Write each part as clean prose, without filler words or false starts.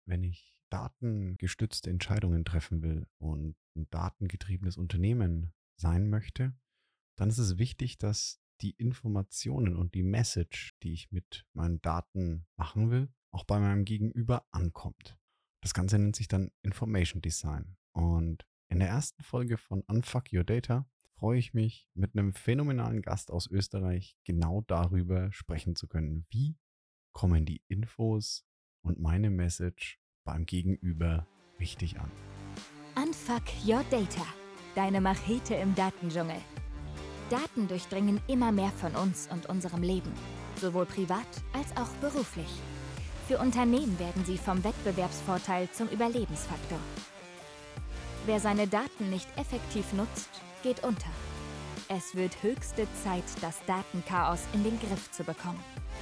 wenn ich datengestützte Entscheidungen treffen will und ein datengetriebenes Unternehmen sein möchte, dann ist es wichtig, dass die Informationen und die Message, die ich mit meinen Daten machen will, auch bei meinem Gegenüber ankommt. Das Ganze nennt sich dann Information Design. Und in der ersten Folge von Unfuck Your Data freue ich mich, mit einem phänomenalen Gast aus Österreich genau darüber sprechen zu können. Wie kommen die Infos und meine Message beim Gegenüber richtig an? Unfuck Your Data. Deine Machete im Datendschungel. Daten durchdringen immer mehr von uns und unserem Leben, sowohl privat als auch beruflich. Für Unternehmen werden sie vom Wettbewerbsvorteil zum Überlebensfaktor. Wer seine Daten nicht effektiv nutzt, geht unter. Es wird höchste Zeit, das Datenchaos in den Griff zu bekommen.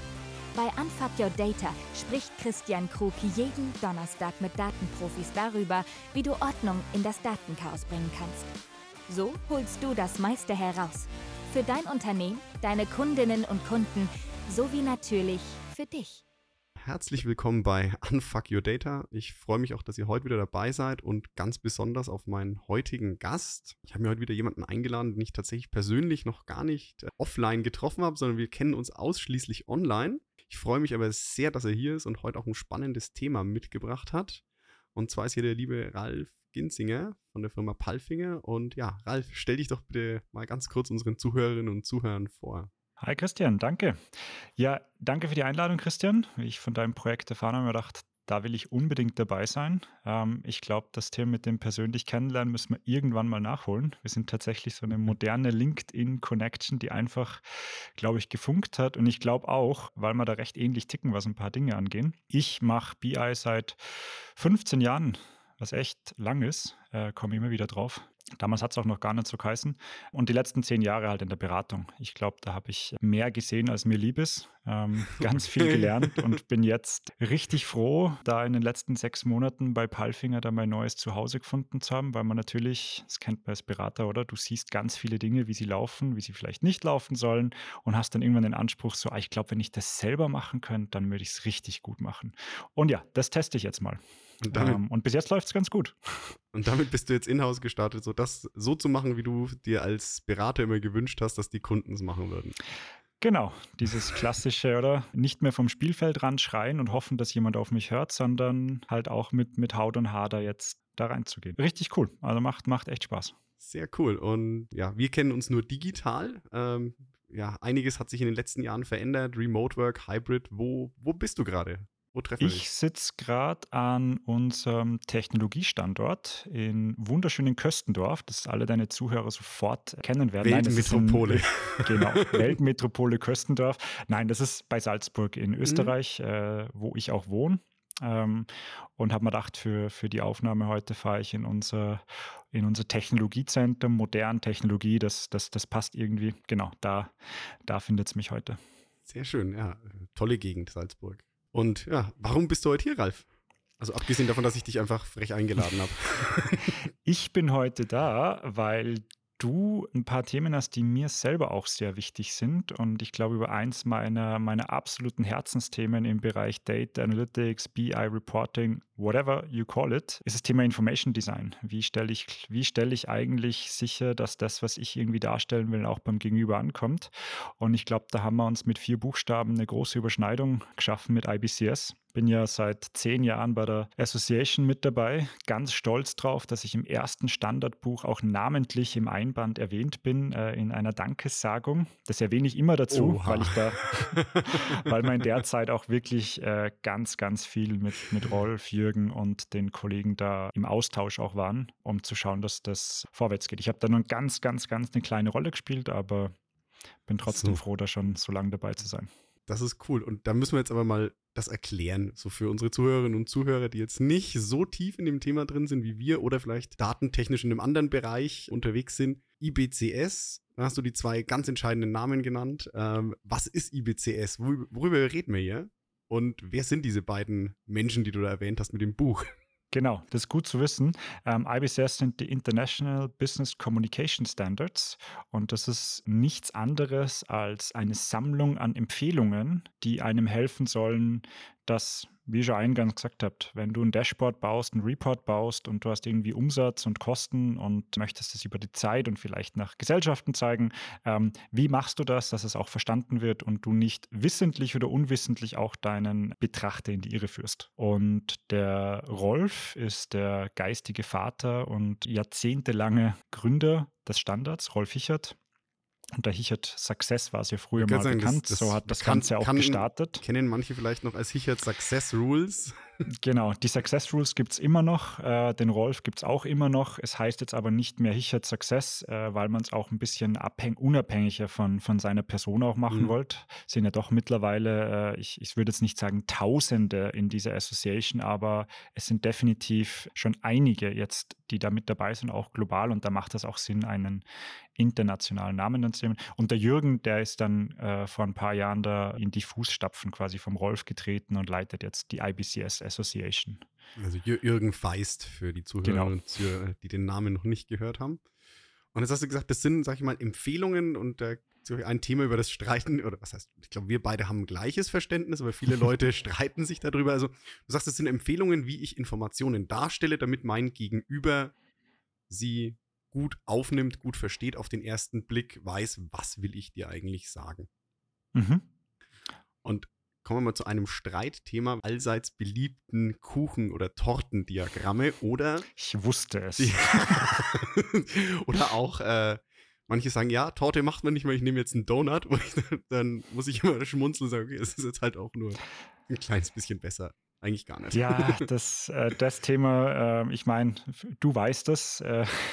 Bei Unfuck Your Data spricht Christian Krug jeden Donnerstag mit Datenprofis darüber, wie du Ordnung in das Datenchaos bringen kannst. So holst du das meiste heraus. Für dein Unternehmen, deine Kundinnen und Kunden, sowie natürlich für dich. Herzlich willkommen bei Unfuck Your Data. Ich freue mich auch, dass ihr heute wieder dabei seid und ganz besonders auf meinen heutigen Gast. Ich habe mir heute wieder jemanden eingeladen, den ich tatsächlich persönlich noch gar nicht offline getroffen habe, sondern wir kennen uns ausschließlich online. Ich freue mich aber sehr, dass er hier ist und heute auch ein spannendes Thema mitgebracht hat. Und zwar ist hier der liebe Ralf Ginzinger von der Firma Palfinger. Und ja, Ralf, stell dich doch bitte mal ganz kurz unseren Zuhörerinnen und Zuhörern vor. Hi Christian, danke. Ja, danke für die Einladung, Christian. Wie ich von deinem Projekt erfahren habe, habe ich mir gedacht, da will ich unbedingt dabei sein. Ich glaube, das Thema mit dem persönlich Kennenlernen müssen wir irgendwann mal nachholen. Wir sind tatsächlich so eine moderne LinkedIn-Connection, die einfach, glaube ich, gefunkt hat. Und ich glaube auch, weil wir da recht ähnlich ticken, was ein paar Dinge angehen. Ich mache BI seit 15 Jahren, was echt lang ist, komme immer wieder drauf. Damals hat es auch noch gar nicht so geheißen. Und die letzten 10 Jahre halt in der Beratung. Ich glaube, da habe ich mehr gesehen, als mir lieb ist. Ganz viel gelernt und bin jetzt richtig froh, da in den letzten 6 Monaten bei Palfinger da mein neues Zuhause gefunden zu haben, weil man natürlich, das kennt man als Berater, oder? Du siehst ganz viele Dinge, wie sie laufen, wie sie vielleicht nicht laufen sollen und hast dann irgendwann den Anspruch so, ich glaube, wenn ich das selber machen könnte, dann würde ich es richtig gut machen. Und ja, das teste ich jetzt mal. Und damit Und bis jetzt läuft es ganz gut. Und damit bist du jetzt in-house gestartet, so das so zu machen, wie du dir als Berater immer gewünscht hast, dass die Kunden es machen würden. Genau, dieses klassische, oder? Nicht mehr vom Spielfeld ran schreien und hoffen, dass jemand auf mich hört, sondern halt auch mit Haut und Haar da jetzt da reinzugehen. Richtig cool. Also macht echt Spaß. Sehr cool. Und ja, wir kennen uns nur digital. Ja, einiges hat sich in den letzten Jahren verändert. Remote Work, Hybrid. Wo bist du gerade? Wo treffen wir Ich dich? sitze gerade an unserem Technologiestandort in wunderschönen Köstendorf, das alle deine Zuhörer sofort kennen werden. Nein, das ist Weltmetropole. genau, Weltmetropole Köstendorf. Nein, das ist bei Salzburg in Mhm. Österreich, wo ich auch wohne. Und habe mir gedacht, für die Aufnahme heute fahre ich in unser Technologiezentrum, modern Technologie, das passt irgendwie. Genau, da findet es mich heute. Sehr schön, ja. Tolle Gegend, Salzburg. Und ja, warum bist du heute hier, Ralf? Also abgesehen davon, dass ich dich einfach frech eingeladen habe. Ich bin heute da, weil du ein paar Themen hast, die mir selber auch sehr wichtig sind. Und ich glaube, über eins meiner absoluten Herzensthemen im Bereich Data Analytics, BI Reporting, whatever you call it, ist das Thema Information Design. Wie stelle ich eigentlich sicher, dass das, was ich irgendwie darstellen will, auch beim Gegenüber ankommt? Und ich glaube, da haben wir uns mit 4 Buchstaben eine große Überschneidung geschaffen mit IBCS. Bin ja seit 10 Jahren bei der Association mit dabei. Ganz stolz drauf, dass ich im ersten Standardbuch auch namentlich im Einband erwähnt bin, in einer Dankessagung. Das erwähne ich immer dazu, Oha. weil man in der Zeit auch wirklich ganz, ganz viel mit Rolf, Jürgen und den Kollegen da im Austausch auch waren, um zu schauen, dass das vorwärts geht. Ich habe da nur ganz, ganz, ganz eine kleine Rolle gespielt, aber bin trotzdem So. froh, da schon so lange dabei zu sein. Das ist cool. Und da müssen wir jetzt aber mal das erklären, so für unsere Zuhörerinnen und Zuhörer, die jetzt nicht so tief in dem Thema drin sind wie wir oder vielleicht datentechnisch in einem anderen Bereich unterwegs sind. IBCS, da hast du die 2 ganz entscheidenden Namen genannt. Was ist IBCS? Worüber reden wir hier? Und wer sind diese beiden Menschen, die du da erwähnt hast mit dem Buch? Genau, das ist gut zu wissen. IBCS sind die International Business Communication Standards und das ist nichts anderes als eine Sammlung an Empfehlungen, die einem helfen sollen, das wie ich schon eingangs gesagt habe, wenn du ein Dashboard baust, ein Report baust und du hast irgendwie Umsatz und Kosten und möchtest es über die Zeit und vielleicht nach Gesellschaften zeigen, wie machst du das, dass es auch verstanden wird und du nicht wissentlich oder unwissentlich auch deinen Betrachter in die Irre führst? Und der Rolf ist der geistige Vater und jahrzehntelange Gründer des Standards, Rolf Hichert. Unter Hichert Success war es ja Ich früher würde mal sagen, bekannt. So hat das Ganze auch gestartet. kennen manche vielleicht noch als Hichert Success Rules. Genau, die Success Rules gibt es immer noch, den Rolf gibt es auch immer noch. Es heißt jetzt aber nicht mehr Hichert Success, weil man es auch ein bisschen unabhängiger von seiner Person auch machen wollte. Es sind ja doch mittlerweile, ich würde jetzt nicht sagen Tausende in dieser Association, aber es sind definitiv schon einige jetzt, die da mit dabei sind, auch global. Und da macht es auch Sinn, einen internationalen Namen dann zu nehmen. Und der Jürgen, der ist dann vor ein paar Jahren da in die Fußstapfen quasi vom Rolf getreten und leitet jetzt die IBCS Association. Also Jürgen Feist für die Zuhörerinnen und Zuhörer, die den Namen noch nicht gehört haben. Und jetzt hast du gesagt, das sind, sag ich mal, Empfehlungen und ein Thema, über das Streiten, oder was heißt, ich glaube, wir beide haben ein gleiches Verständnis, aber viele Leute streiten sich darüber. Also du sagst, das sind Empfehlungen, wie ich Informationen darstelle, damit mein Gegenüber sie gut aufnimmt, gut versteht, auf den ersten Blick weiß, was will ich dir eigentlich sagen. Mhm. Und kommen wir mal zu einem Streitthema, allseits beliebten Kuchen- oder Tortendiagramme oder Ich wusste es. oder auch, manche sagen, ja, Torte macht man nicht mehr, ich nehme jetzt einen Donut. Und dann muss ich immer schmunzeln und sagen, okay, es ist jetzt halt auch nur ein kleines bisschen besser. Eigentlich gar nicht. Ja, das Thema, ich meine, du weißt das,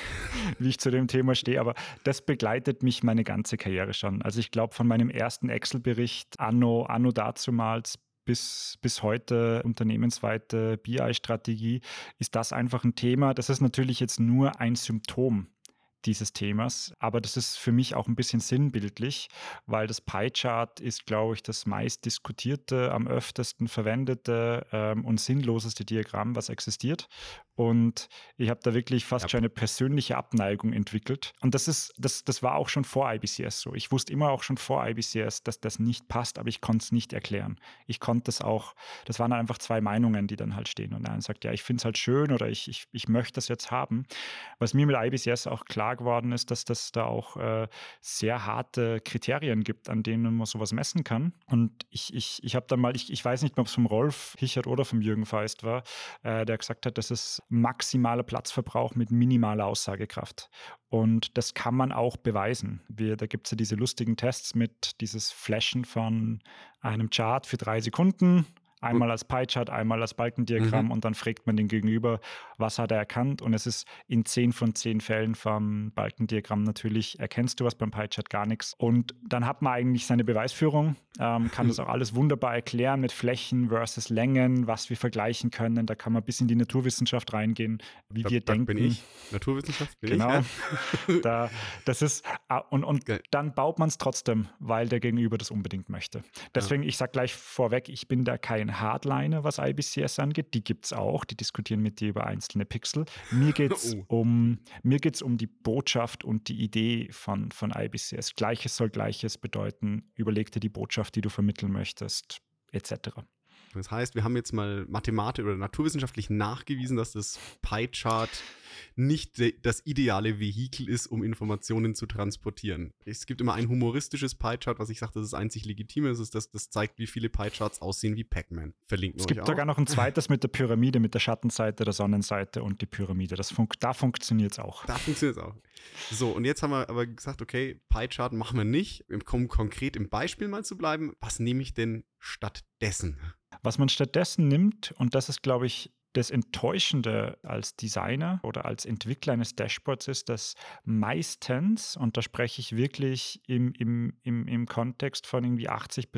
wie ich zu dem Thema stehe, aber das begleitet mich meine ganze Karriere schon. Also ich glaube, von meinem ersten Excel-Bericht anno dazumals bis heute unternehmensweite BI-Strategie ist das einfach ein Thema. Das ist natürlich jetzt nur ein Symptom dieses Themas, aber das ist für mich auch ein bisschen sinnbildlich, weil das Pie-Chart ist, glaube ich, das meistdiskutierte, am öftesten verwendete und sinnloseste Diagramm, was existiert. Und ich habe da wirklich fast schon eine persönliche Abneigung entwickelt. Und das war auch schon vor IBCS so. Ich wusste immer auch schon vor IBCS, dass das nicht passt, aber ich konnte es nicht erklären. Ich konnte es auch, das waren einfach zwei Meinungen, die dann halt stehen. Und einer sagt, ja, ich finde es halt schön oder ich möchte das jetzt haben. Was mir mit IBCS auch klar geworden ist, dass das da auch sehr harte Kriterien gibt, an denen man sowas messen kann. Und ich habe dann mal, ich weiß nicht, ob es vom Rolf Hichert oder vom Jürgen Feist war, der gesagt hat, das ist maximaler Platzverbrauch mit minimaler Aussagekraft. Und das kann man auch beweisen. Da gibt es ja diese lustigen Tests mit dieses Flashen von einem Chart für 3 Sekunden. Einmal als Pie-Chart, einmal als Balkendiagramm und dann fragt man den Gegenüber, was hat er erkannt? Und es ist in 10 von 10 Fällen vom Balkendiagramm natürlich, erkennst du was, beim Pie-Chart gar nichts. Und dann hat man eigentlich seine Beweisführung, kann das auch alles wunderbar erklären mit Flächen versus Längen, was wir vergleichen können. Da kann man bis in die Naturwissenschaft reingehen, wie wir denken. Bin ich. Naturwissenschaft bin genau. ich. Ja. Das ist, und dann baut man es trotzdem, weil der Gegenüber das unbedingt möchte. Deswegen, ich sage gleich vorweg, ich bin da kein Hardliner, was IBCS angeht. Die gibt es auch, die diskutieren mit dir über einzelne Pixel. Mir geht es um die Botschaft und die Idee von IBCS. Gleiches soll Gleiches bedeuten. Überleg dir die Botschaft, die du vermitteln möchtest, etc. Das heißt, wir haben jetzt mal mathematisch oder naturwissenschaftlich nachgewiesen, dass das Pie-Chart nicht das ideale Vehikel ist, um Informationen zu transportieren. Es gibt immer ein humoristisches Pie-Chart, was ich sage, das ist einzig legitim. Das zeigt, wie viele Pie-Charts aussehen wie Pac-Man. Verlinken wir euch auch. Es gibt sogar noch ein zweites mit der Pyramide, mit der Schattenseite, der Sonnenseite und die Pyramide. Da funktioniert es auch. Da funktioniert es auch. So, und jetzt haben wir aber gesagt, okay, Pie-Chart machen wir nicht. Um konkret im Beispiel mal zu bleiben, was nehme ich denn stattdessen? Was man stattdessen nimmt, und das ist, glaube ich, das Enttäuschende als Designer oder als Entwickler eines Dashboards ist, dass meistens, und da spreche ich wirklich im Kontext von irgendwie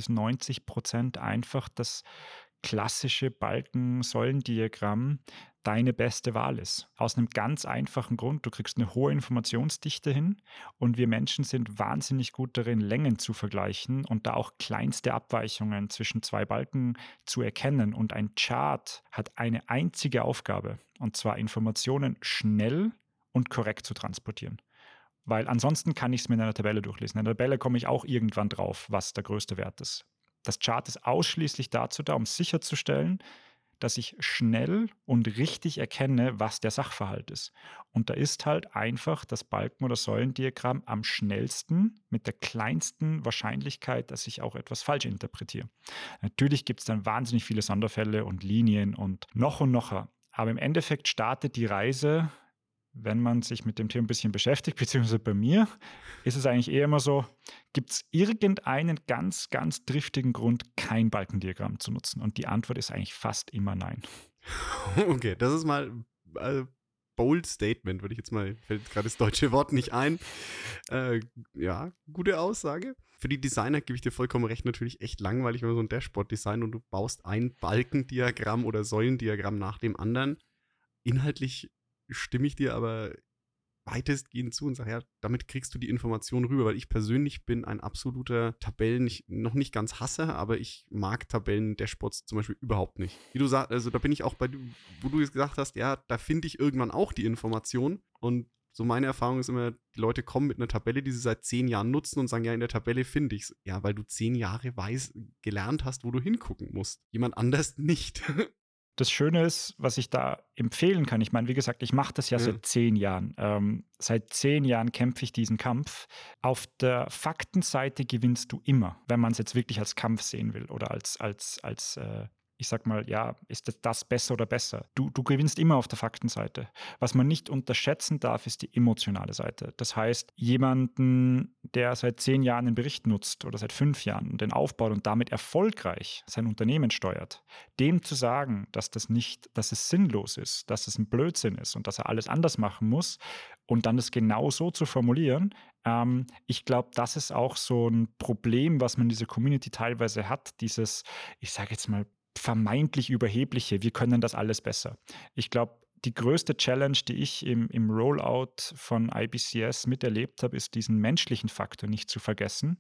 80-90% einfach das klassische Balken-Säulendiagramm deine beste Wahl ist. Aus einem ganz einfachen Grund. Du kriegst eine hohe Informationsdichte hin und wir Menschen sind wahnsinnig gut darin, Längen zu vergleichen und da auch kleinste Abweichungen zwischen 2 Balken zu erkennen. Und ein Chart hat eine einzige Aufgabe, und zwar Informationen schnell und korrekt zu transportieren. Weil ansonsten kann ich es mir in einer Tabelle durchlesen. In der Tabelle komme ich auch irgendwann drauf, was der größte Wert ist. Das Chart ist ausschließlich dazu da, um sicherzustellen, dass ich schnell und richtig erkenne, was der Sachverhalt ist. Und da ist halt einfach das Balken- oder Säulendiagramm am schnellsten mit der kleinsten Wahrscheinlichkeit, dass ich auch etwas falsch interpretiere. Natürlich gibt es dann wahnsinnig viele Sonderfälle und Linien und noch und noch. Aber im Endeffekt startet die Reise, wenn man sich mit dem Thema ein bisschen beschäftigt, beziehungsweise bei mir, ist es eigentlich eher immer so, gibt es irgendeinen ganz, ganz triftigen Grund, kein Balkendiagramm zu nutzen? Und die Antwort ist eigentlich fast immer nein. Okay, das ist mal bold Statement, würde ich jetzt mal, fällt gerade das deutsche Wort nicht ein. Ja, gute Aussage. Für die Designer gebe ich dir vollkommen recht, natürlich echt langweilig, wenn man so ein Dashboard designt und du baust ein Balkendiagramm oder Säulendiagramm nach dem anderen. Inhaltlich stimme ich dir aber weitestgehend zu und sage, ja, damit kriegst du die Information rüber, weil ich persönlich bin ein absoluter noch nicht ganz Hasser, aber ich mag Tabellen-Dashboards zum Beispiel überhaupt nicht. Wie du sagst, also da bin ich auch wo du jetzt gesagt hast, ja, da finde ich irgendwann auch die Information und so meine Erfahrung ist immer, die Leute kommen mit einer Tabelle, die sie seit 10 Jahren nutzen und sagen, ja, in der Tabelle finde ich es. Ja, weil du 10 Jahre gelernt hast, wo du hingucken musst. Jemand anders nicht. Das Schöne ist, was ich da empfehlen kann, ich meine, wie gesagt, ich mache das ja Ja. seit 10 Jahren. Seit 10 Jahren kämpfe ich diesen Kampf. Auf der Faktenseite gewinnst du immer, wenn man es jetzt wirklich als Kampf sehen will oder ich sag mal, ja, ist das besser oder besser? Du gewinnst immer auf der Faktenseite. Was man nicht unterschätzen darf, ist die emotionale Seite. Das heißt, jemanden, der seit 10 Jahren einen Bericht nutzt oder seit 5 Jahren und den aufbaut und damit erfolgreich sein Unternehmen steuert, dem zu sagen, dass es sinnlos ist, dass es ein Blödsinn ist und dass er alles anders machen muss und dann das genau so zu formulieren, ich glaube, das ist auch so ein Problem, was man in dieser Community teilweise hat, dieses, ich sage jetzt mal, vermeintlich Überhebliche, wir können das alles besser. Ich glaube, die größte Challenge, die ich im Rollout von IBCS miterlebt habe, ist diesen menschlichen Faktor nicht zu vergessen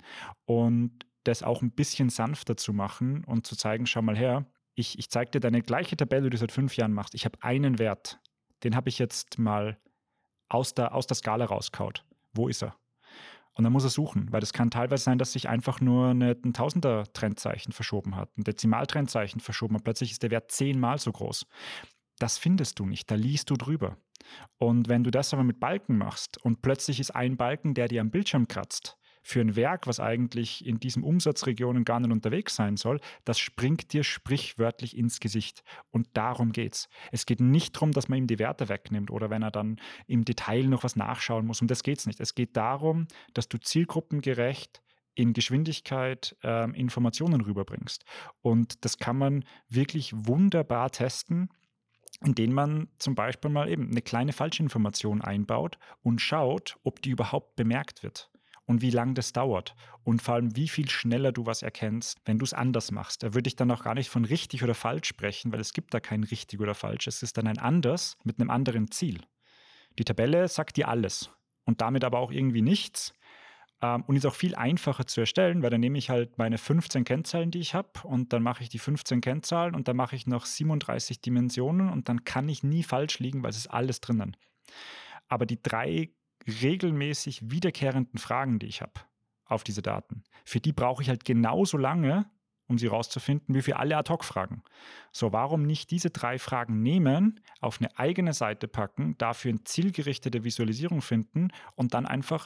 und das auch ein bisschen sanfter zu machen und zu zeigen, schau mal her, ich zeige dir deine gleiche Tabelle, die du seit 5 Jahren machst. Ich habe einen Wert, den habe ich jetzt mal aus der Skala rauskaut. Wo ist er? Und dann muss er suchen, weil das kann teilweise sein, dass sich einfach nur ein Tausender-Trendzeichen verschoben hat, ein Dezimaltrennzeichen verschoben hat. Plötzlich ist der Wert 10-mal so groß. Das findest du nicht, da liest du drüber. Und wenn du das aber mit Balken machst und plötzlich ist ein Balken, der dir am Bildschirm kratzt, für ein Werk, was eigentlich in diesen Umsatzregionen gar nicht unterwegs sein soll, das springt dir sprichwörtlich ins Gesicht. Und darum geht's. Es geht nicht darum, dass man ihm die Werte wegnimmt oder wenn er dann im Detail noch was nachschauen muss. Um das geht's nicht. Es geht darum, dass du zielgruppengerecht in Geschwindigkeit Informationen rüberbringst. Und das kann man wirklich wunderbar testen, indem man zum Beispiel mal eben eine kleine Falschinformation einbaut und schaut, ob die überhaupt bemerkt wird und wie lang das dauert und vor allem, wie viel schneller du was erkennst, wenn du es anders machst. Da würde ich dann auch gar nicht von richtig oder falsch sprechen, weil es gibt da kein richtig oder falsch. Es ist dann ein anders mit einem anderen Ziel. Die Tabelle sagt dir alles und damit aber auch irgendwie nichts. Und ist auch viel einfacher zu erstellen, weil dann nehme ich halt meine 15 Kennzahlen, die ich habe, und dann mache ich die 15 Kennzahlen und dann mache ich noch 37 Dimensionen und dann kann ich nie falsch liegen, weil es ist alles drinnen. Aber die 3 regelmäßig wiederkehrenden Fragen, die ich habe auf diese Daten, für die brauche ich halt genauso lange, um sie rauszufinden, wie für alle Ad-Hoc-Fragen. So, warum nicht diese 3 Fragen nehmen, auf eine eigene Seite packen, dafür eine zielgerichtete Visualisierung finden und dann einfach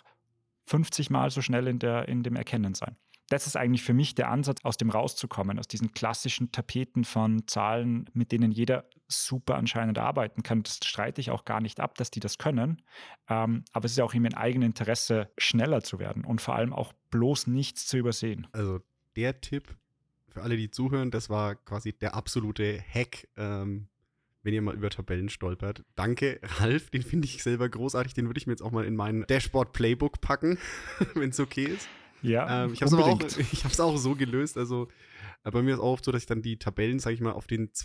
50 Mal so schnell in dem Erkennen sein. Das ist eigentlich für mich der Ansatz, aus dem rauszukommen, aus diesen klassischen Tapeten von Zahlen, mit denen jeder super anscheinend arbeiten kann. Das streite ich auch gar nicht ab, dass die das können. Aber es ist auch in meinem eigenen Interesse, schneller zu werden und vor allem auch bloß nichts zu übersehen. Also der Tipp für alle, die zuhören, das war quasi der absolute Hack, wenn ihr mal über Tabellen stolpert. Danke, Ralf, den finde ich selber großartig. Den würde ich mir jetzt auch mal in mein Dashboard-Playbook packen, wenn es okay ist. Ja, ich habe es auch so gelöst. Also bei mir ist auch oft so, dass ich dann die Tabellen, sage ich mal, auf die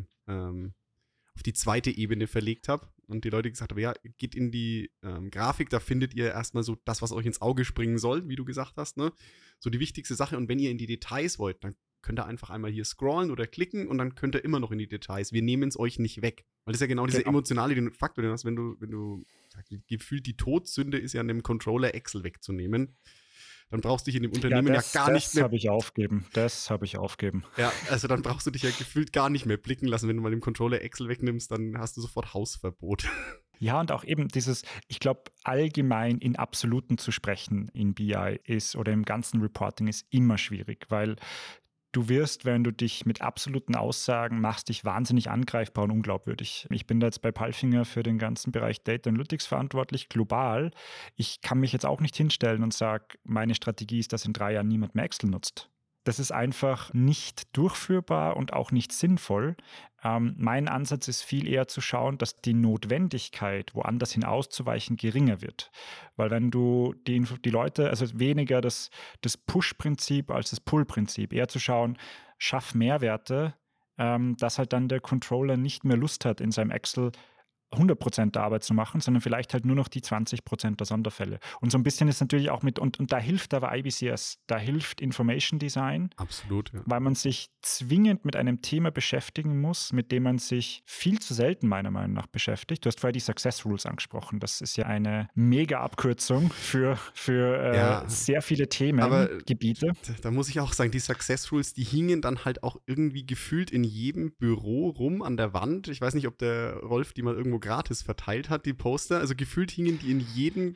zweite Ebene verlegt habe und die Leute gesagt haben, ja, geht in die Grafik, da findet ihr erstmal so das, was euch ins Auge springen soll, wie du gesagt hast, ne? So die wichtigste Sache. Und wenn ihr in die Details wollt, dann könnt ihr einfach einmal hier scrollen oder klicken und dann könnt ihr immer noch in die Details. Wir nehmen es euch nicht weg. Weil das ist ja genau dieser emotionale Faktor, den du hast, wenn du gefühlt die Todsünde ist ja an dem Controller Excel wegzunehmen. dann brauchst du dich in dem Ja, Unternehmen ja gar nicht das mehr. habe ich aufgeben. Das habe ich aufgeben. Ja, also dann brauchst du dich ja gefühlt gar nicht mehr blicken lassen. Wenn du mal den Controller Excel wegnimmst, dann hast du sofort Hausverbot. Ja, und auch eben dieses, ich glaube, allgemein in Absoluten zu sprechen in BI ist oder im ganzen Reporting ist immer schwierig, weil du wirst, wenn du dich mit absoluten Aussagen machst, dich wahnsinnig angreifbar und unglaubwürdig. Ich bin da jetzt bei Palfinger für den ganzen Bereich Data Analytics verantwortlich, global. Ich kann mich jetzt auch nicht hinstellen und sagen, meine Strategie ist, dass in 3 Jahren niemand mehr Excel nutzt. Das ist einfach nicht durchführbar und auch nicht sinnvoll. Mein Ansatz ist viel eher zu schauen, dass die Notwendigkeit, woanders hin auszuweichen, geringer wird. Weil wenn du die Leute, also weniger das Push-Prinzip als das Pull-Prinzip, eher zu schauen, schaff Mehrwerte, dass halt dann der Controller nicht mehr Lust hat, in seinem Excel 100% der Arbeit zu machen, sondern vielleicht halt nur noch die 20% der Sonderfälle. Und so ein bisschen ist natürlich auch mit, und da hilft aber IBCS, da hilft Information Design, Absolut, ja. weil man sich zwingend mit einem Thema beschäftigen muss, mit dem man sich viel zu selten meiner Meinung nach beschäftigt. Du hast vorher die Success Rules angesprochen. Das ist ja eine mega Abkürzung für Ja, sehr viele aber Themengebiete. da muss ich auch sagen, die Success Rules, die hingen dann halt auch irgendwie gefühlt in jedem Büro rum an der Wand. Ich weiß nicht, ob der Rolf die mal irgendwo gratis verteilt hat, die Poster. Also gefühlt hingen die in jedem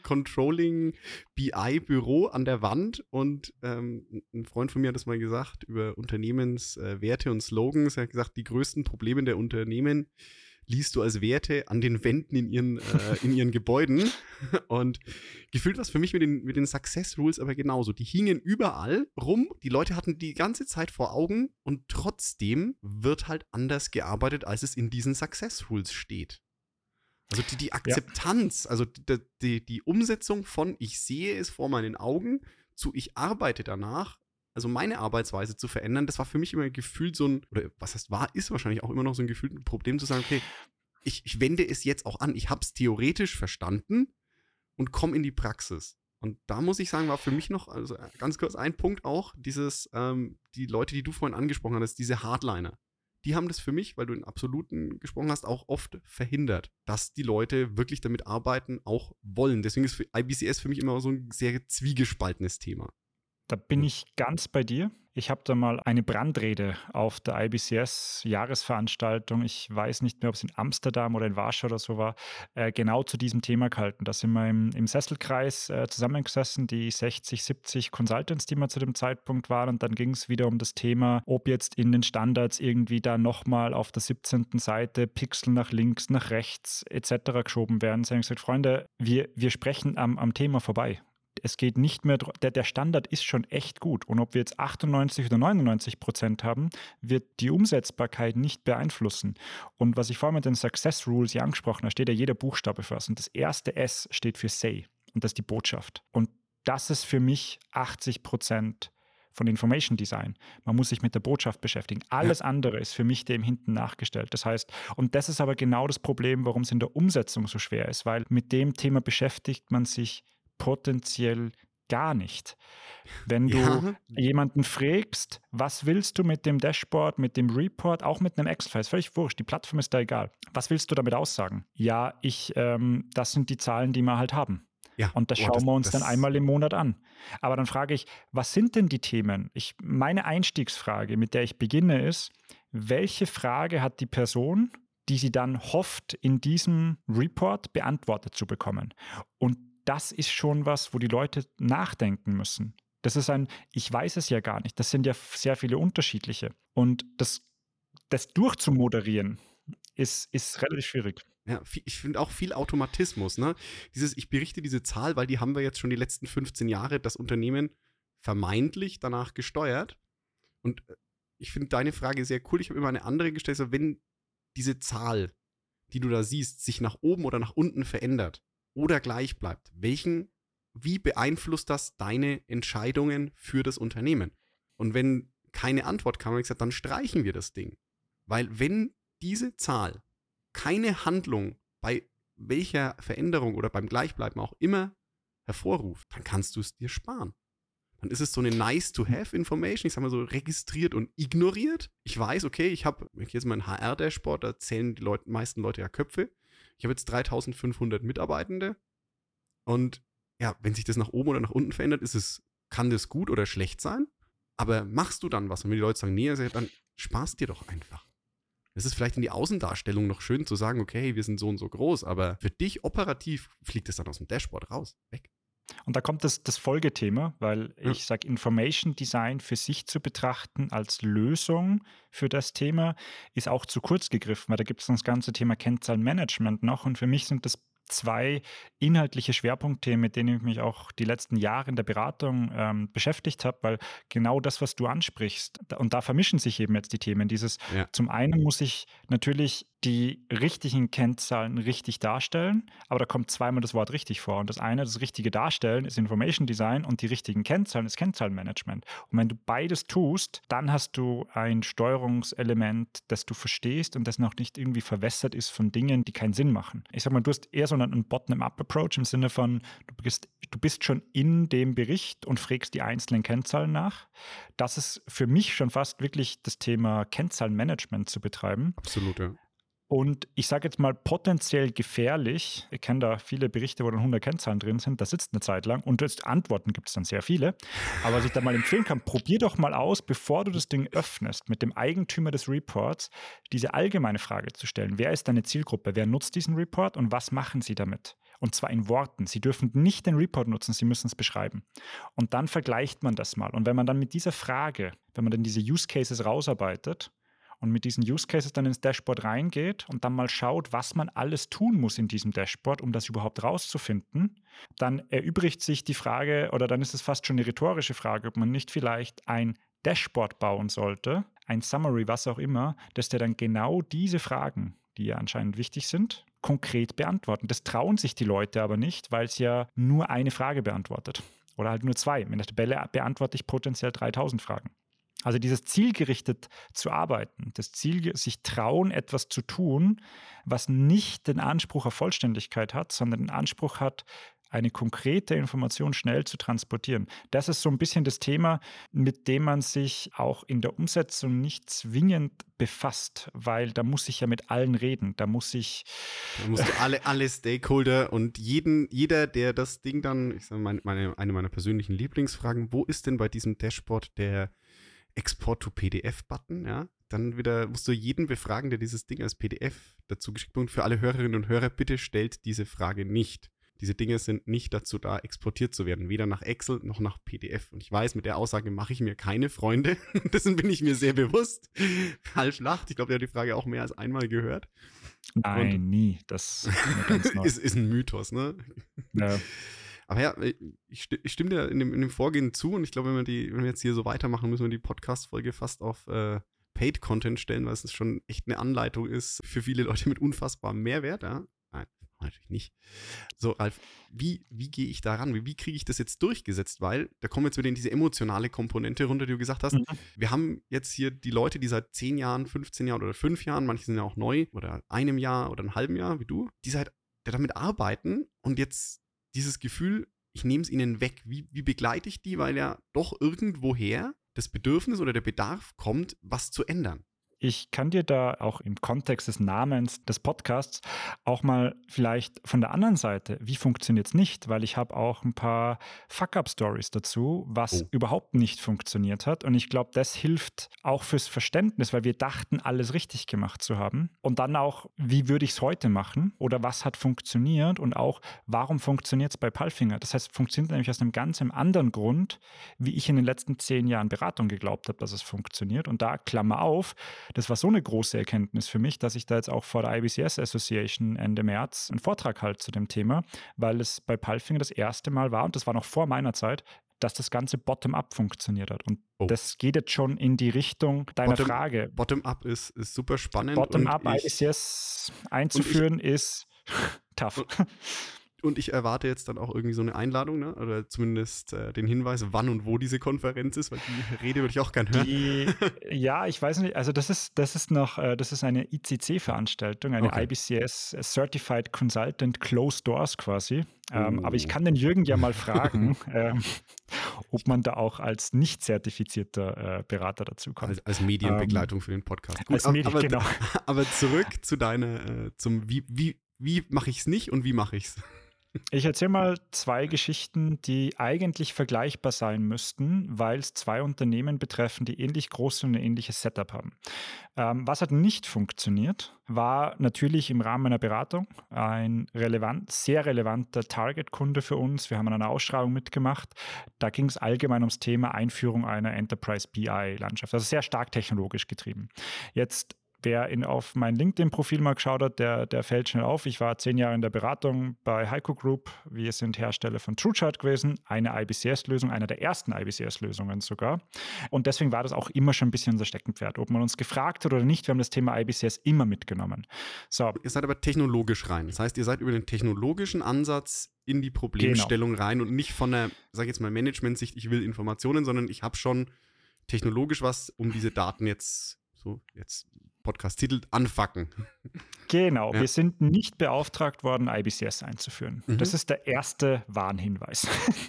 Controlling-BI-Büro an der Wand. Und ein Freund von mir hat das mal gesagt über Unternehmenswerte und Slogans. Er hat gesagt, die größten Probleme der Unternehmen liest du als Werte an den Wänden in ihren Gebäuden. Und gefühlt war es für mich mit den Success Rules aber genauso. Die hingen überall rum, die Leute hatten die ganze Zeit vor Augen und trotzdem wird halt anders gearbeitet, als es in diesen Success Rules steht. Also die Akzeptanz, also die Umsetzung von ich sehe es vor meinen Augen zu ich arbeite danach, also meine Arbeitsweise zu verändern, das war für mich immer gefühlt so ein, oder was heißt war, ist wahrscheinlich auch immer noch so ein gefühltes Problem zu sagen, okay, ich wende es jetzt auch an, ich habe es theoretisch verstanden und komme in die Praxis. Und da muss ich sagen, war für mich noch, also ganz kurz ein Punkt auch, dieses, die Leute, die du vorhin angesprochen hast, diese Hardliner, die haben das für mich, weil du in Absoluten gesprochen hast, auch oft verhindert, dass die Leute wirklich damit arbeiten, auch wollen. Deswegen ist für IBCS für mich immer so ein sehr zwiegespaltenes Thema. Da bin ich ganz bei dir. Ich habe da mal eine Brandrede auf der IBCS-Jahresveranstaltung, ich weiß nicht mehr, ob es in Amsterdam oder in Warschau oder so war, genau zu diesem Thema gehalten. Da sind wir im Sesselkreis zusammengesessen, die 60, 70 Consultants, die wir zu dem Zeitpunkt waren. Und dann ging es wieder um das Thema, ob jetzt in den Standards irgendwie da nochmal auf der 17. Seite Pixel nach links, nach rechts etc. geschoben werden. Sie haben gesagt, Freunde, wir sprechen am Thema vorbei. Es geht nicht mehr, der Standard ist schon echt gut. Und ob wir jetzt 98 oder 99% haben, wird die Umsetzbarkeit nicht beeinflussen. Und was ich vorhin mit den Success Rules hier angesprochen habe, da steht ja jeder Buchstabe für was. Und das erste S steht für Say. Und das ist die Botschaft. Und das ist für mich 80% von Information Design. Man muss sich mit der Botschaft beschäftigen. Alles andere ist für mich dem hinten nachgestellt. Das heißt, und das ist aber genau das Problem, warum es in der Umsetzung so schwer ist, weil mit dem Thema beschäftigt man sich potenziell gar nicht. Wenn du jemanden fragst, was willst du mit dem Dashboard, mit dem Report, auch mit einem Excel-File, ist völlig wurscht, die Plattform ist da egal. Was willst du damit aussagen? Ja, das sind die Zahlen, die wir halt haben. Ja. Und das schauen wir uns dann einmal im Monat an. Aber dann frage ich, was sind denn die Themen? Meine Einstiegsfrage, mit der ich beginne, ist, welche Frage hat die Person, die sie dann hofft, in diesem Report beantwortet zu bekommen? Und das ist schon was, wo die Leute nachdenken müssen. Das ist ich weiß es ja gar nicht. Das sind ja sehr viele unterschiedliche. Und das durchzumoderieren ist relativ schwierig. Ja, ich finde auch viel Automatismus, ne? Ich berichte diese Zahl, weil die haben wir jetzt schon die letzten 15 Jahre das Unternehmen vermeintlich danach gesteuert. Und ich finde deine Frage sehr cool. Ich habe immer eine andere gestellt, so wenn diese Zahl, die du da siehst, sich nach oben oder nach unten verändert oder gleich bleibt, wie beeinflusst das deine Entscheidungen für das Unternehmen? Und wenn keine Antwort kam, habe ich gesagt, dann streichen wir das Ding. Weil wenn diese Zahl keine Handlung bei welcher Veränderung oder beim Gleichbleiben auch immer hervorruft, dann kannst du es dir sparen. Dann ist es so eine nice-to-have-Information, ich sag mal so registriert und ignoriert. Ich weiß, okay, ich habe jetzt mein HR-Dashboard, da zählen die meisten Leute ja Köpfe. Ich habe jetzt 3500 Mitarbeitende und ja, wenn sich das nach oben oder nach unten verändert, ist es kann das gut oder schlecht sein, aber machst du dann was? Und wenn die Leute sagen, nee, also dann sparst dir doch einfach. Es ist vielleicht in die Außendarstellung noch schön zu sagen, okay, wir sind so und so groß, aber für dich operativ fliegt es dann aus dem Dashboard raus, weg. Und da kommt das Folgethema, weil Ja. ich sage, Information Design für sich zu betrachten als Lösung für das Thema ist auch zu kurz gegriffen, weil da gibt es das ganze Thema Kennzahlenmanagement noch. Und für mich sind das zwei inhaltliche Schwerpunktthemen, mit denen ich mich auch die letzten Jahre in der Beratung beschäftigt habe, weil genau das, was du ansprichst, und da vermischen sich eben jetzt die Themen. Ja. Zum einen muss ich natürlich die richtigen Kennzahlen richtig darstellen, aber da kommt zweimal das Wort richtig vor. Und das eine, das richtige Darstellen, ist Information Design und die richtigen Kennzahlen ist Kennzahlenmanagement. Und wenn du beides tust, dann hast du ein Steuerungselement, das du verstehst und das noch nicht irgendwie verwässert ist von Dingen, die keinen Sinn machen. Ich sag mal, du hast eher so einen Bottom-up-Approach im Sinne von, du bist schon in dem Bericht und fragst die einzelnen Kennzahlen nach. Das ist für mich schon fast wirklich das Thema Kennzahlenmanagement zu betreiben. Absolut, ja. Und ich sage jetzt mal potenziell gefährlich. Ich kenne da viele Berichte, wo dann 100 Kennzahlen drin sind. Da sitzt eine Zeit lang und Antworten gibt es dann sehr viele. Aber was ich da mal empfehlen kann, probier doch mal aus, bevor du das Ding öffnest, mit dem Eigentümer des Reports diese allgemeine Frage zu stellen. Wer ist deine Zielgruppe? Wer nutzt diesen Report und was machen sie damit? Und zwar in Worten. Sie dürfen nicht den Report nutzen, Sie müssen es beschreiben. Und dann vergleicht man das mal. Und wenn man dann mit dieser Frage, wenn man dann diese Use Cases rausarbeitet, und mit diesen Use Cases dann ins Dashboard reingeht und dann mal schaut, was man alles tun muss in diesem Dashboard, um das überhaupt rauszufinden, dann erübrigt sich die Frage, oder dann ist es fast schon eine rhetorische Frage, ob man nicht vielleicht ein Dashboard bauen sollte, ein Summary, was auch immer, dass der dann genau diese Fragen, die ja anscheinend wichtig sind, konkret beantworten. Das trauen sich die Leute aber nicht, weil es ja nur eine Frage beantwortet. Oder halt nur zwei. In der Tabelle beantworte ich potenziell 3000 Fragen. Also dieses zielgerichtet zu arbeiten, das Ziel, sich trauen, etwas zu tun, was nicht den Anspruch auf Vollständigkeit hat, sondern den Anspruch hat, eine konkrete Information schnell zu transportieren. Das ist so ein bisschen das Thema, mit dem man sich auch in der Umsetzung nicht zwingend befasst, weil da muss ich ja mit allen reden. Da musst du alle Stakeholder und jeder, der das Ding dann, ich sage mal, eine meiner persönlichen Lieblingsfragen, wo ist denn bei diesem Dashboard der Export-to-PDF-Button, ja, dann wieder musst du jeden befragen, der dieses Ding als PDF dazu geschickt bekommt. Für alle Hörerinnen und Hörer, bitte stellt diese Frage nicht. Diese Dinge sind nicht dazu da, exportiert zu werden, weder nach Excel noch nach PDF. Und ich weiß, mit der Aussage mache ich mir keine Freunde. Dessen bin ich mir sehr bewusst. Ralf lacht. Ich glaube, der hat die Frage auch mehr als einmal gehört. Nein, nie. Das ist ein Mythos, ne? Ja. Aber ja, ich stimme dir in dem Vorgehen zu und ich glaube, wenn wir jetzt hier so weitermachen, müssen wir die Podcast-Folge fast auf Paid-Content stellen, weil es schon echt eine Anleitung ist für viele Leute mit unfassbarem Mehrwert. Ja? Nein, natürlich nicht. So, Ralf, wie gehe ich da ran? Wie kriege ich das jetzt durchgesetzt? Weil da kommen wir jetzt wieder in diese emotionale Komponente runter, die du gesagt hast. Wir haben jetzt hier die Leute, die seit 10 Jahren, 15 Jahren oder 5 Jahren, manche sind ja auch neu, oder einem Jahr oder einem halben Jahr, wie du, die damit arbeiten und jetzt dieses Gefühl, ich nehme es ihnen weg. Wie begleite ich die? Weil ja doch irgendwoher das Bedürfnis oder der Bedarf kommt, was zu ändern. Ich kann dir da auch im Kontext des Namens des Podcasts auch mal vielleicht von der anderen Seite, wie funktioniert es nicht? Weil ich habe auch ein paar Fuck-up-Stories dazu, was überhaupt nicht funktioniert hat. Und ich glaube, das hilft auch fürs Verständnis, weil wir dachten, alles richtig gemacht zu haben. Und dann auch, wie würde ich es heute machen? Oder was hat funktioniert? Und auch, warum funktioniert es bei Palfinger? Das heißt, funktioniert nämlich aus einem ganz anderen Grund, wie ich in den letzten 10 Jahren Beratung geglaubt habe, dass es funktioniert. Und da, Klammer auf, das war so eine große Erkenntnis für mich, dass ich da jetzt auch vor der IBCS Association Ende März einen Vortrag halte zu dem Thema, weil es bei Palfinger das erste Mal war, und das war noch vor meiner Zeit, dass das Ganze bottom-up funktioniert hat. Und das geht jetzt schon in die Richtung deiner Frage. Bottom-up ist super spannend. Bottom-up IBCS einzuführen ist tough. Und ich erwarte jetzt dann auch irgendwie so eine Einladung, ne? Oder zumindest den Hinweis, wann und wo diese Konferenz ist, weil die Rede würde ich auch gerne hören. Ja, ich weiß nicht, also das ist eine ICC-Veranstaltung, eine IBCS Certified Consultant Closed Doors quasi. Aber ich kann den Jürgen ja mal fragen, ob man da auch als nicht zertifizierter Berater dazu kommt. Als Medienbegleitung für den Podcast. Gut, genau. Aber zurück zu deiner, zum wie mache ich es nicht und wie mache ich es? Ich erzähle mal 2 Geschichten, die eigentlich vergleichbar sein müssten, weil es 2 Unternehmen betreffen, die ähnlich groß sind und ein ähnliches Setup haben. Was hat nicht funktioniert, war natürlich im Rahmen einer Beratung ein sehr relevanter Target-Kunde für uns. Wir haben an einer Ausschreibung mitgemacht. Da ging es allgemein ums Thema Einführung einer Enterprise BI-Landschaft, also sehr stark technologisch getrieben. Jetzt wer auf mein LinkedIn-Profil mal geschaut hat, der fällt schnell auf. Ich war 10 Jahre in der Beratung bei Heiko Group. Wir sind Hersteller von TrueChart gewesen, eine IBCS-Lösung, einer der ersten IBCS-Lösungen sogar. Und deswegen war das auch immer schon ein bisschen unser Steckenpferd. Ob man uns gefragt hat oder nicht, wir haben das Thema IBCS immer mitgenommen. So, Ihr seid aber technologisch rein. Das heißt, ihr seid über den technologischen Ansatz in die genau. Problemstellung rein und nicht von der, sag ich jetzt mal, Management-Sicht, ich will Informationen, sondern ich habe schon technologisch was, um diese Daten jetzt Podcast-Titel, anfacken. Genau, Ja. wir sind nicht beauftragt worden, IBCS einzuführen. Das ist der erste Warnhinweis.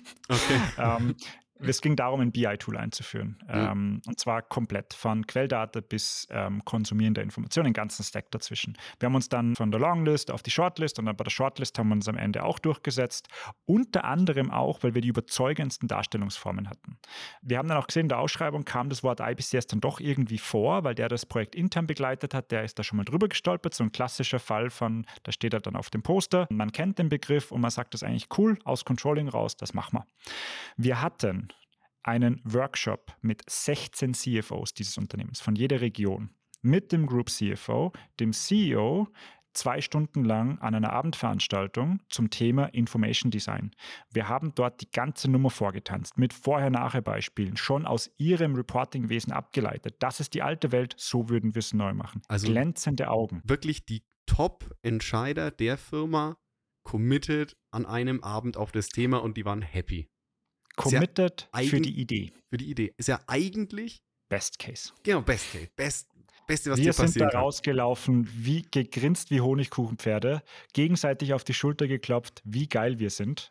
Okay. Es ging darum, ein BI-Tool einzuführen. Und zwar komplett von Quelldata bis Konsumieren der Informationen, den ganzen Stack dazwischen. Wir haben uns dann von der Longlist auf die Shortlist und dann bei der Shortlist haben wir uns am Ende auch durchgesetzt. Unter anderem auch, weil wir die überzeugendsten Darstellungsformen hatten. Wir haben dann auch gesehen, in der Ausschreibung kam das Wort IBCS dann doch irgendwie vor, weil der das Projekt intern begleitet hat, der ist da schon mal drüber gestolpert. So ein klassischer Fall von, da steht er dann auf dem Poster, man kennt den Begriff und man sagt, das ist eigentlich cool, aus Controlling raus, das machen wir. Wir hatten einen Workshop mit 16 CFOs dieses Unternehmens von jeder Region mit dem Group CFO, dem CEO, 2 Stunden lang an einer Abendveranstaltung zum Thema Information Design. Wir haben dort die ganze Nummer vorgetanzt, mit Vorher-Nachher-Beispielen, schon aus ihrem Reportingwesen abgeleitet. Das ist die alte Welt, so würden wir es neu machen. Also glänzende Augen. Wirklich die Top-Entscheider der Firma committed an einem Abend auf das Thema und die waren happy. Committed für die Idee. Für die Idee. Ist ja eigentlich Best Case. Genau, Best Case. Beste, was Wir dir sind da passieren kann. rausgelaufen, wie gegrinst wie Honigkuchenpferde, gegenseitig auf die Schulter geklopft, wie geil wir sind.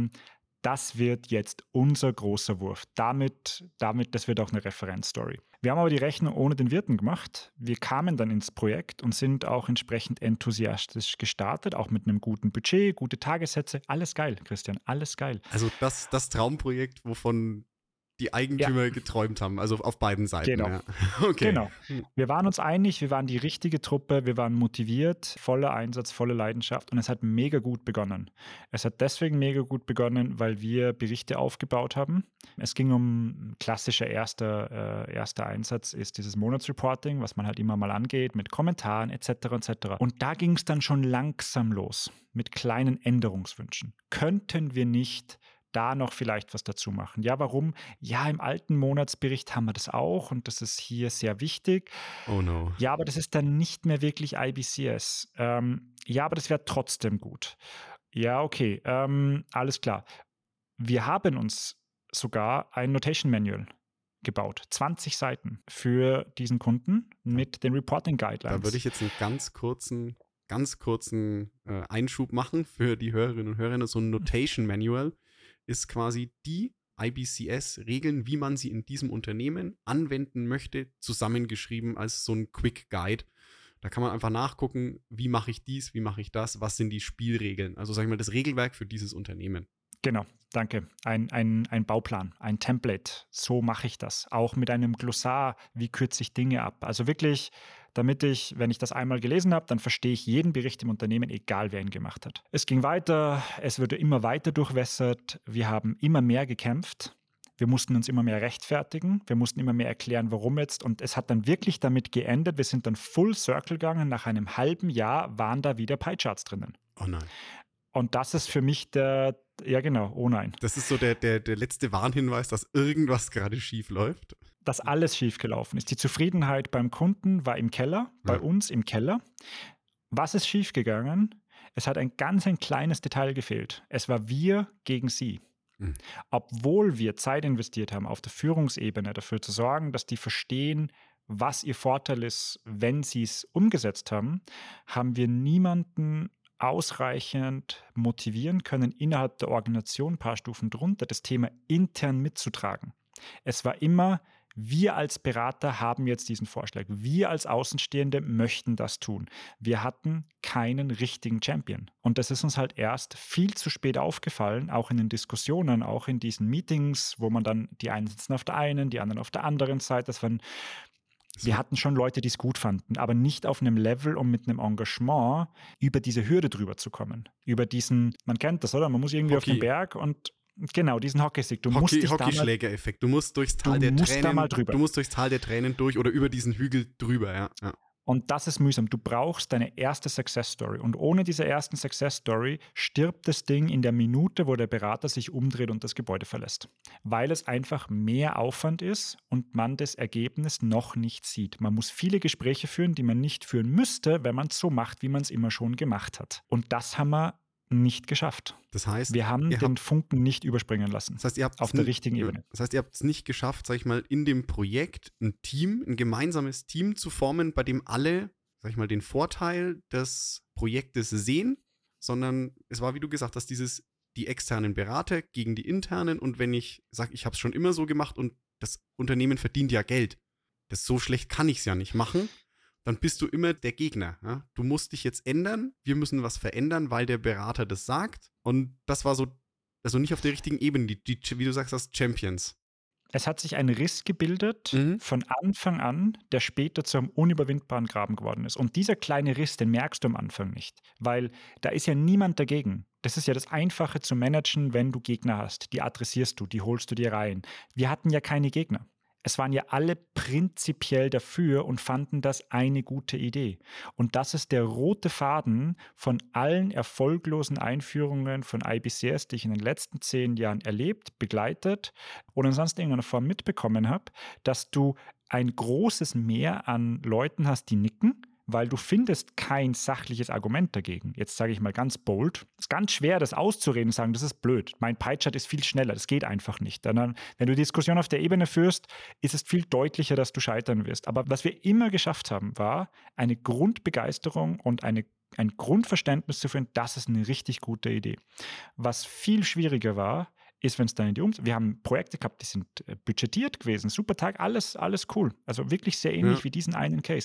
Das wird jetzt unser großer Wurf. Damit, das wird auch eine Referenzstory. Wir haben aber die Rechnung ohne den Wirten gemacht. Wir kamen dann ins Projekt und sind auch entsprechend enthusiastisch gestartet, auch mit einem guten Budget, gute Tagessätze. Alles geil, Christian, alles geil. Also das Traumprojekt, wovon die Eigentümer geträumt haben, also auf beiden Seiten. Genau. Ja. Okay. Genau. Wir waren uns einig, wir waren die richtige Truppe, wir waren motiviert, voller Einsatz, volle Leidenschaft und es hat mega gut begonnen. Es hat deswegen mega gut begonnen, weil wir Berichte aufgebaut haben. Es ging um klassischer erster Einsatz ist dieses Monatsreporting, was man halt immer mal angeht mit Kommentaren etc. etc. Und da ging es dann schon langsam los mit kleinen Änderungswünschen. Könnten wir nicht da noch vielleicht was dazu machen? Ja, warum? Ja, im alten Monatsbericht haben wir das auch und das ist hier sehr wichtig. Oh no. Ja, aber das ist dann nicht mehr wirklich IBCS. Ja, aber das wäre trotzdem gut. Ja, okay, alles klar. Wir haben uns sogar ein Notation Manual gebaut, 20 Seiten für diesen Kunden mit den Reporting Guidelines. Da würde ich jetzt einen ganz kurzen Einschub machen für die Hörerinnen und Hörer. So ein Notation Manual ist quasi die IBCS-Regeln, wie man sie in diesem Unternehmen anwenden möchte, zusammengeschrieben als so ein Quick Guide. Da kann man einfach nachgucken, wie mache ich dies, wie mache ich das, was sind die Spielregeln. Also sag ich mal, das Regelwerk für dieses Unternehmen. Genau, danke. Ein Bauplan, ein Template. So mache ich das. Auch mit einem Glossar, wie kürze ich Dinge ab. Also wirklich, damit ich, wenn ich das einmal gelesen habe, dann verstehe ich jeden Bericht im Unternehmen, egal wer ihn gemacht hat. Es ging weiter, es wurde immer weiter durchwässert. Wir haben immer mehr gekämpft. Wir mussten uns immer mehr rechtfertigen. Wir mussten immer mehr erklären, warum jetzt. Und es hat dann wirklich damit geendet. Wir sind dann full circle gegangen. Nach einem halben Jahr waren da wieder Pie-Charts drinnen. Oh nein. Und das ist für mich oh nein. Das ist so der letzte Warnhinweis, dass irgendwas gerade schief läuft. Dass alles schiefgelaufen ist. Die Zufriedenheit beim Kunden war im Keller, bei uns im Keller. Was ist schiefgegangen? Es hat ein kleines Detail gefehlt. Es war wir gegen sie. Obwohl wir Zeit investiert haben, auf der Führungsebene dafür zu sorgen, dass die verstehen, was ihr Vorteil ist, wenn sie es umgesetzt haben, haben wir niemanden ausreichend motivieren können, innerhalb der Organisation ein paar Stufen drunter das Thema intern mitzutragen. Es war immer, Wir als Berater haben jetzt diesen Vorschlag. Wir als Außenstehende möchten das tun. Wir hatten keinen richtigen Champion. Und das ist uns halt erst viel zu spät aufgefallen, auch in den Diskussionen, auch in diesen Meetings, wo man dann die einen sitzen auf der einen, die anderen auf der anderen Seite. Wir hatten schon Leute, die es gut fanden, aber nicht auf einem Level, um mit einem Engagement über diese Hürde drüber zu kommen. Über diesen, man kennt das, oder? Man muss irgendwie auf den Berg und genau, diesen Hockeystick. Hockeyschläger-Effekt. Du musst durchs Tal der Tränen, drüber. Du musst durchs Tal der Tränen durch oder über diesen Hügel drüber, ja. Und das ist mühsam. Du brauchst deine erste Success Story. Und ohne diese ersten Success Story stirbt das Ding in der Minute, wo der Berater sich umdreht und das Gebäude verlässt. Weil es einfach mehr Aufwand ist und man das Ergebnis noch nicht sieht. Man muss viele Gespräche führen, die man nicht führen müsste, wenn man es so macht, wie man es immer schon gemacht hat. Und das haben wir nicht geschafft. Das heißt, wir haben den Funken nicht überspringen lassen. Das heißt, ihr habt auf der richtigen Ebene. Das heißt, ihr habt es nicht geschafft, sag ich mal, in dem Projekt ein gemeinsames Team zu formen, bei dem alle, sag ich mal, den Vorteil des Projektes sehen, sondern es war, wie du gesagt hast, die externen Berater gegen die internen, und wenn ich sage, ich habe es schon immer so gemacht und das Unternehmen verdient ja Geld, so schlecht kann ich es ja nicht machen, dann bist du immer der Gegner. Ja? Du musst dich jetzt ändern, wir müssen was verändern, weil der Berater das sagt. Und das war so, also nicht auf der richtigen Ebene, wie du sagst, das Champions. Es hat sich ein Riss gebildet von Anfang an, der später zum unüberwindbaren Graben geworden ist. Und dieser kleine Riss, den merkst du am Anfang nicht, weil da ist ja niemand dagegen. Das ist ja das Einfache zu managen, wenn du Gegner hast. Die adressierst du, die holst du dir rein. Wir hatten ja keine Gegner. Es waren ja alle prinzipiell dafür und fanden das eine gute Idee. Und das ist der rote Faden von allen erfolglosen Einführungen von IBCS, die ich in den letzten 10 Jahren erlebt, begleitet oder in sonst irgendeiner Form mitbekommen habe, dass du ein großes Mehr an Leuten hast, die nicken, weil du findest kein sachliches Argument dagegen. Jetzt sage ich mal ganz bold. Es ist ganz schwer, das auszureden und sagen, das ist blöd. Mein Pie-Chart ist viel schneller. Das geht einfach nicht. Dann, wenn du die Diskussion auf der Ebene führst, ist es viel deutlicher, dass du scheitern wirst. Aber was wir immer geschafft haben, war eine Grundbegeisterung und ein Grundverständnis zu finden, das ist eine richtig gute Idee. Was viel schwieriger war, ist, wenn es dann in die Umsetzung. Wir haben Projekte gehabt, die sind budgetiert gewesen. Super Tag, alles cool. Also wirklich sehr ähnlich wie diesen einen Case.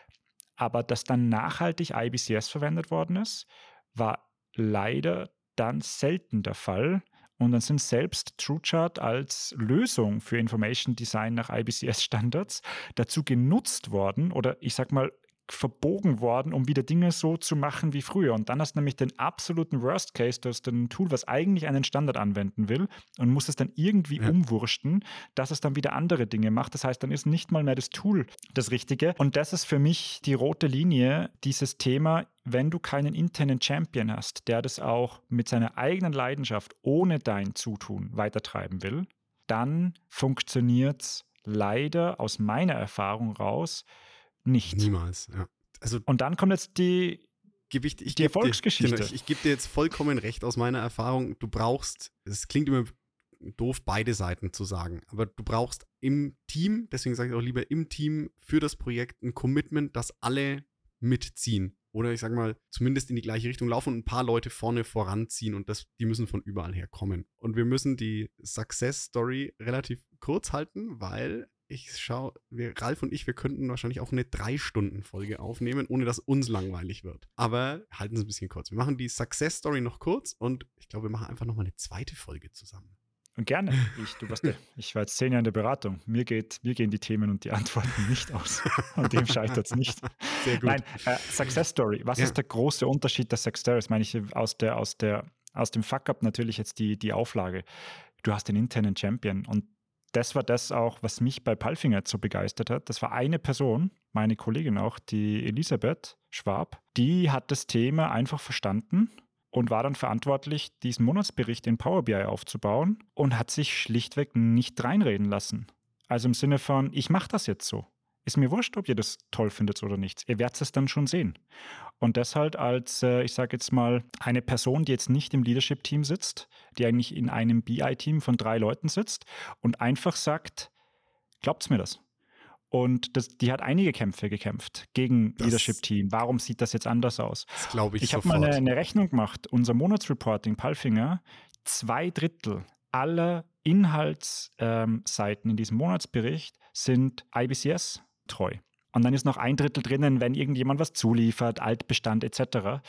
Aber dass dann nachhaltig IBCS verwendet worden ist, war leider dann selten der Fall. Und dann sind selbst TrueChart als Lösung für Information Design nach IBCS-Standards dazu genutzt worden oder ich sag mal verbogen worden, um wieder Dinge so zu machen wie früher. Und dann hast du nämlich den absoluten Worst Case, du hast ein Tool, was eigentlich einen Standard anwenden will und musst es dann irgendwie umwursten, dass es dann wieder andere Dinge macht. Das heißt, dann ist nicht mal mehr das Tool das Richtige. Und das ist für mich die rote Linie, dieses Thema, wenn du keinen internen Champion hast, der das auch mit seiner eigenen Leidenschaft ohne dein Zutun weitertreiben will, dann funktioniert es leider aus meiner Erfahrung raus nicht. Niemals, ja. Also, und dann kommt jetzt die Erfolgsgeschichte. Ich gebe dir jetzt vollkommen recht aus meiner Erfahrung. Du brauchst, es klingt immer doof, beide Seiten zu sagen, aber du brauchst im Team, deswegen sage ich auch lieber im Team für das Projekt ein Commitment, dass alle mitziehen. Oder ich sage mal, zumindest in die gleiche Richtung laufen und ein paar Leute vorne voranziehen und die müssen von überall her kommen. Und wir müssen die Success Story relativ kurz halten, weil Ralf und ich, wir könnten wahrscheinlich auch eine 3-Stunden-Folge aufnehmen, ohne dass uns langweilig wird. Aber halten Sie es ein bisschen kurz. Wir machen die Success-Story noch kurz und ich glaube, wir machen einfach nochmal eine zweite Folge zusammen. Und gerne. Ich war jetzt 10 Jahre in der Beratung. Mir gehen die Themen und die Antworten nicht aus. An dem scheitert es nicht. Sehr gut. Nein, Success Story. Was ist der große Unterschied der Success Story? Das meine ich aus dem Fuck-Up natürlich jetzt die Auflage. Du hast den internen Champion und das war das auch, was mich bei Palfinger so begeistert hat. Das war eine Person, meine Kollegin auch, die Elisabeth Schwab, die hat das Thema einfach verstanden und war dann verantwortlich, diesen Monatsbericht in Power BI aufzubauen und hat sich schlichtweg nicht reinreden lassen. Also im Sinne von, ich mache das jetzt so. Ist mir wurscht, ob ihr das toll findet oder nicht. Ihr werdet es dann schon sehen. Und deshalb als, ich sage jetzt mal, eine Person, die jetzt nicht im Leadership-Team sitzt, die eigentlich in einem BI-Team von 3 Leuten sitzt und einfach sagt, glaubt's mir das? Und die hat einige Kämpfe gekämpft gegen Leadership-Team. Warum sieht das jetzt anders aus? Das glaube ich sofort. Ich habe mal eine Rechnung gemacht. Unser Monatsreporting Palfinger, 2/3 aller Inhaltsseiten in diesem Monatsbericht sind IBCS treu. Und dann ist noch 1/3 drinnen, wenn irgendjemand was zuliefert, Altbestand etc.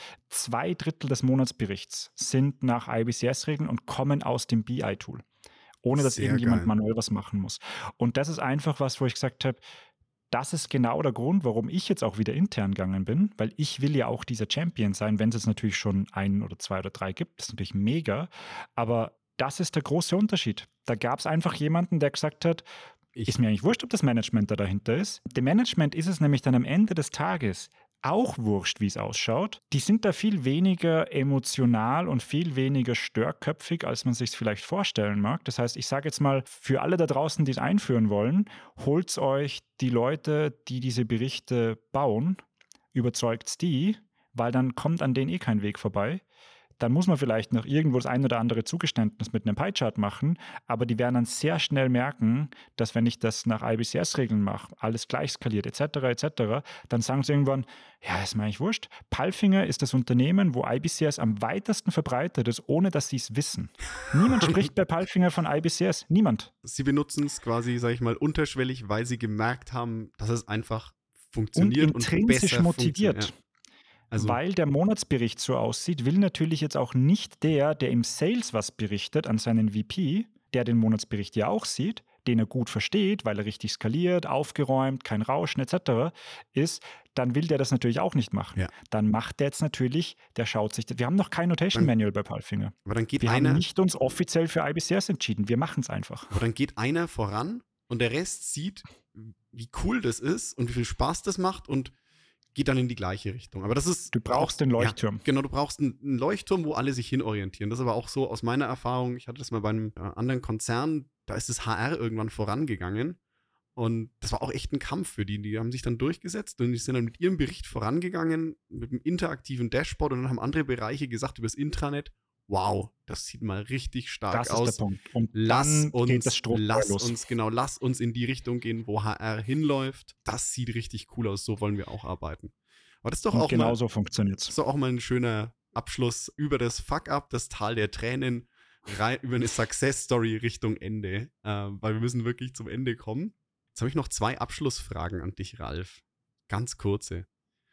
2/3 des Monatsberichts sind nach IBCS-Regeln und kommen aus dem BI-Tool, ohne dass Sehr irgendjemand geil. manuell was machen muss. Und das ist einfach was, wo ich gesagt habe, das ist genau der Grund, warum ich jetzt auch wieder intern gegangen bin, weil ich will ja auch dieser Champion sein, wenn es jetzt natürlich schon 1 oder 2 oder 3 gibt. Das ist natürlich mega, aber das ist der große Unterschied. Da gab es einfach jemanden, der gesagt hat, Ich, ist mir eigentlich wurscht, ob das Management da dahinter ist. Dem Management ist es nämlich dann am Ende des Tages auch wurscht, wie es ausschaut. Die sind da viel weniger emotional und viel weniger störköpfig, als man sich vielleicht vorstellen mag. Das heißt, ich sage jetzt mal, für alle da draußen, die es einführen wollen, holt euch die Leute, die diese Berichte bauen, überzeugt die, weil dann kommt an denen eh kein Weg vorbei. Dann muss man vielleicht noch irgendwo das ein oder andere Zugeständnis mit einem Pie-Chart machen, aber die werden dann sehr schnell merken, dass wenn ich das nach IBCS-Regeln mache, alles gleich skaliert etc., dann sagen sie irgendwann, ja, ist mir eigentlich wurscht. Palfinger ist das Unternehmen, wo IBCS am weitesten verbreitet ist, ohne dass sie es wissen. Niemand spricht bei Palfinger von IBCS. Niemand. Sie benutzen es quasi, sage ich mal, unterschwellig, weil sie gemerkt haben, dass es einfach Und funktioniert und intrinsisch besser motiviert. funktioniert. Ja. Also, Weil der Monatsbericht so aussieht, will natürlich jetzt auch nicht der im Sales was berichtet an seinen VP, der den Monatsbericht ja auch sieht, den er gut versteht, weil er richtig skaliert, aufgeräumt, kein Rauschen etc. ist, dann will der das natürlich auch nicht machen. Ja. Dann macht der jetzt natürlich, der schaut sich, wir haben noch kein Notation Manual bei Palfinger. aber dann geht Wir haben einer, nicht uns offiziell für IBCS entschieden, wir machen es einfach. aber dann geht einer voran und der Rest sieht, wie cool das ist und wie viel Spaß das macht und geht dann in die gleiche Richtung. Aber das ist. Du brauchst den Leuchtturm. Ja, genau, du brauchst einen Leuchtturm, wo alle sich hinorientieren. Das ist aber auch so aus meiner Erfahrung. Ich hatte das mal bei einem anderen Konzern, da ist das HR irgendwann vorangegangen. Und das war auch echt ein Kampf für die. Die haben sich dann durchgesetzt und die sind dann mit ihrem Bericht vorangegangen, mit einem interaktiven Dashboard. Und dann haben andere Bereiche gesagt über das Intranet, wow, das sieht mal richtig stark Das aus. ist der Punkt. Und Lass dann geht das Strohfeuer los. lass uns in die Richtung gehen, wo HR hinläuft. Das sieht richtig cool aus, so wollen wir auch arbeiten. Aber das ist doch Und auch genau mal, so funktioniert das es. ist doch auch mal ein schöner Abschluss über das Fuck-Up, das Tal der Tränen, über eine Success-Story Richtung Ende, weil wir müssen wirklich zum Ende kommen. Jetzt habe ich noch 2 Abschlussfragen an dich, Ralf. Ganz kurze.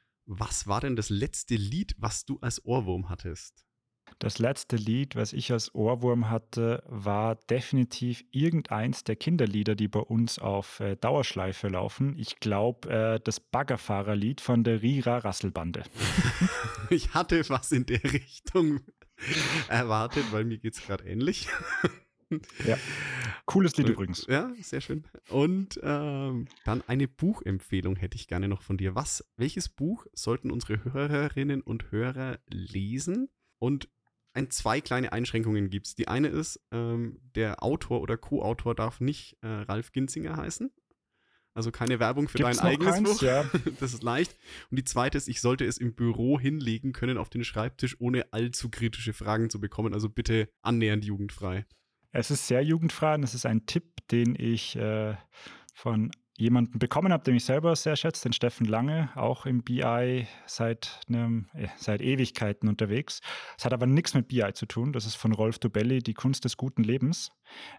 Was war denn das letzte Lied, was du als Ohrwurm hattest? Das letzte Lied, was ich als Ohrwurm hatte, war definitiv irgendeins der Kinderlieder, die bei uns auf Dauerschleife laufen. Ich glaube, das Baggerfahrerlied von der Rira Rasselbande. Ich hatte was in der Richtung erwartet, weil mir geht es gerade ähnlich. Ja. Cooles Lied übrigens. Ja, sehr schön. Und dann eine Buchempfehlung hätte ich gerne noch von dir. Welches Buch sollten unsere Hörerinnen und Hörer lesen? Und 2 kleine Einschränkungen gibt es. Die eine ist, der Autor oder Co-Autor darf nicht Ralf Ginzinger heißen. Also keine Werbung für Gibt's dein noch eigenes keins? Buch. Ja. Das ist leicht. Und die zweite ist, ich sollte es im Büro hinlegen können auf den Schreibtisch, ohne allzu kritische Fragen zu bekommen. Also bitte annähernd jugendfrei. Es ist sehr jugendfrei und es ist ein Tipp, den ich von jemanden bekommen habe, den ich selber sehr schätze, den Steffen Lange, auch im BI seit Ewigkeiten unterwegs. Es hat aber nichts mit BI zu tun. Das ist von Rolf Dobelli, Die Kunst des guten Lebens.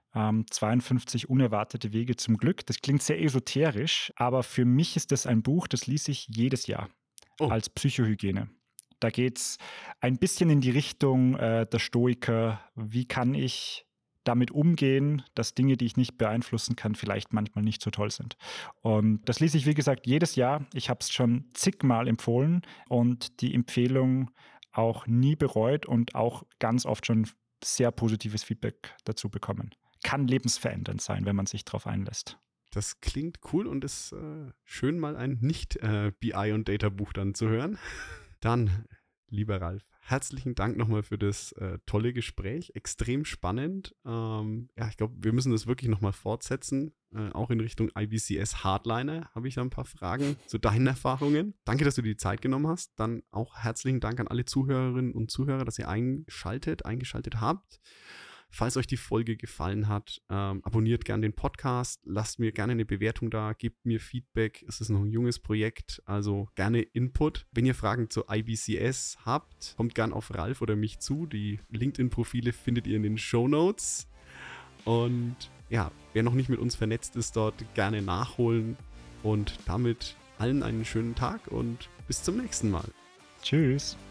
52 unerwartete Wege zum Glück. Das klingt sehr esoterisch, aber für mich ist das ein Buch, das lese ich jedes Jahr als Psychohygiene. Da geht es ein bisschen in die Richtung der Stoiker. Wie kann ich damit umgehen, dass Dinge, die ich nicht beeinflussen kann, vielleicht manchmal nicht so toll sind. Und das lese ich, wie gesagt, jedes Jahr. Ich habe es schon zigmal empfohlen und die Empfehlung auch nie bereut und auch ganz oft schon sehr positives Feedback dazu bekommen. Kann lebensverändernd sein, wenn man sich darauf einlässt. Das klingt cool und ist schön, mal ein Nicht-BI- und Data-Buch dann zu hören. Dann, lieber Ralf, herzlichen Dank nochmal für das tolle Gespräch. Extrem spannend. Ich glaube, wir müssen das wirklich nochmal fortsetzen. Auch in Richtung IBCS Hardliner habe ich da ein paar Fragen zu deinen Erfahrungen. Danke, dass du dir die Zeit genommen hast. Dann auch herzlichen Dank an alle Zuhörerinnen und Zuhörer, dass ihr eingeschaltet habt. Falls euch die Folge gefallen hat, abonniert gerne den Podcast, lasst mir gerne eine Bewertung da, gebt mir Feedback. Es ist noch ein junges Projekt, also gerne Input. Wenn ihr Fragen zu IBCS habt, kommt gerne auf Ralf oder mich zu. Die LinkedIn-Profile findet ihr in den Shownotes. Und ja, wer noch nicht mit uns vernetzt ist, dort gerne nachholen. Und damit allen einen schönen Tag und bis zum nächsten Mal. Tschüss.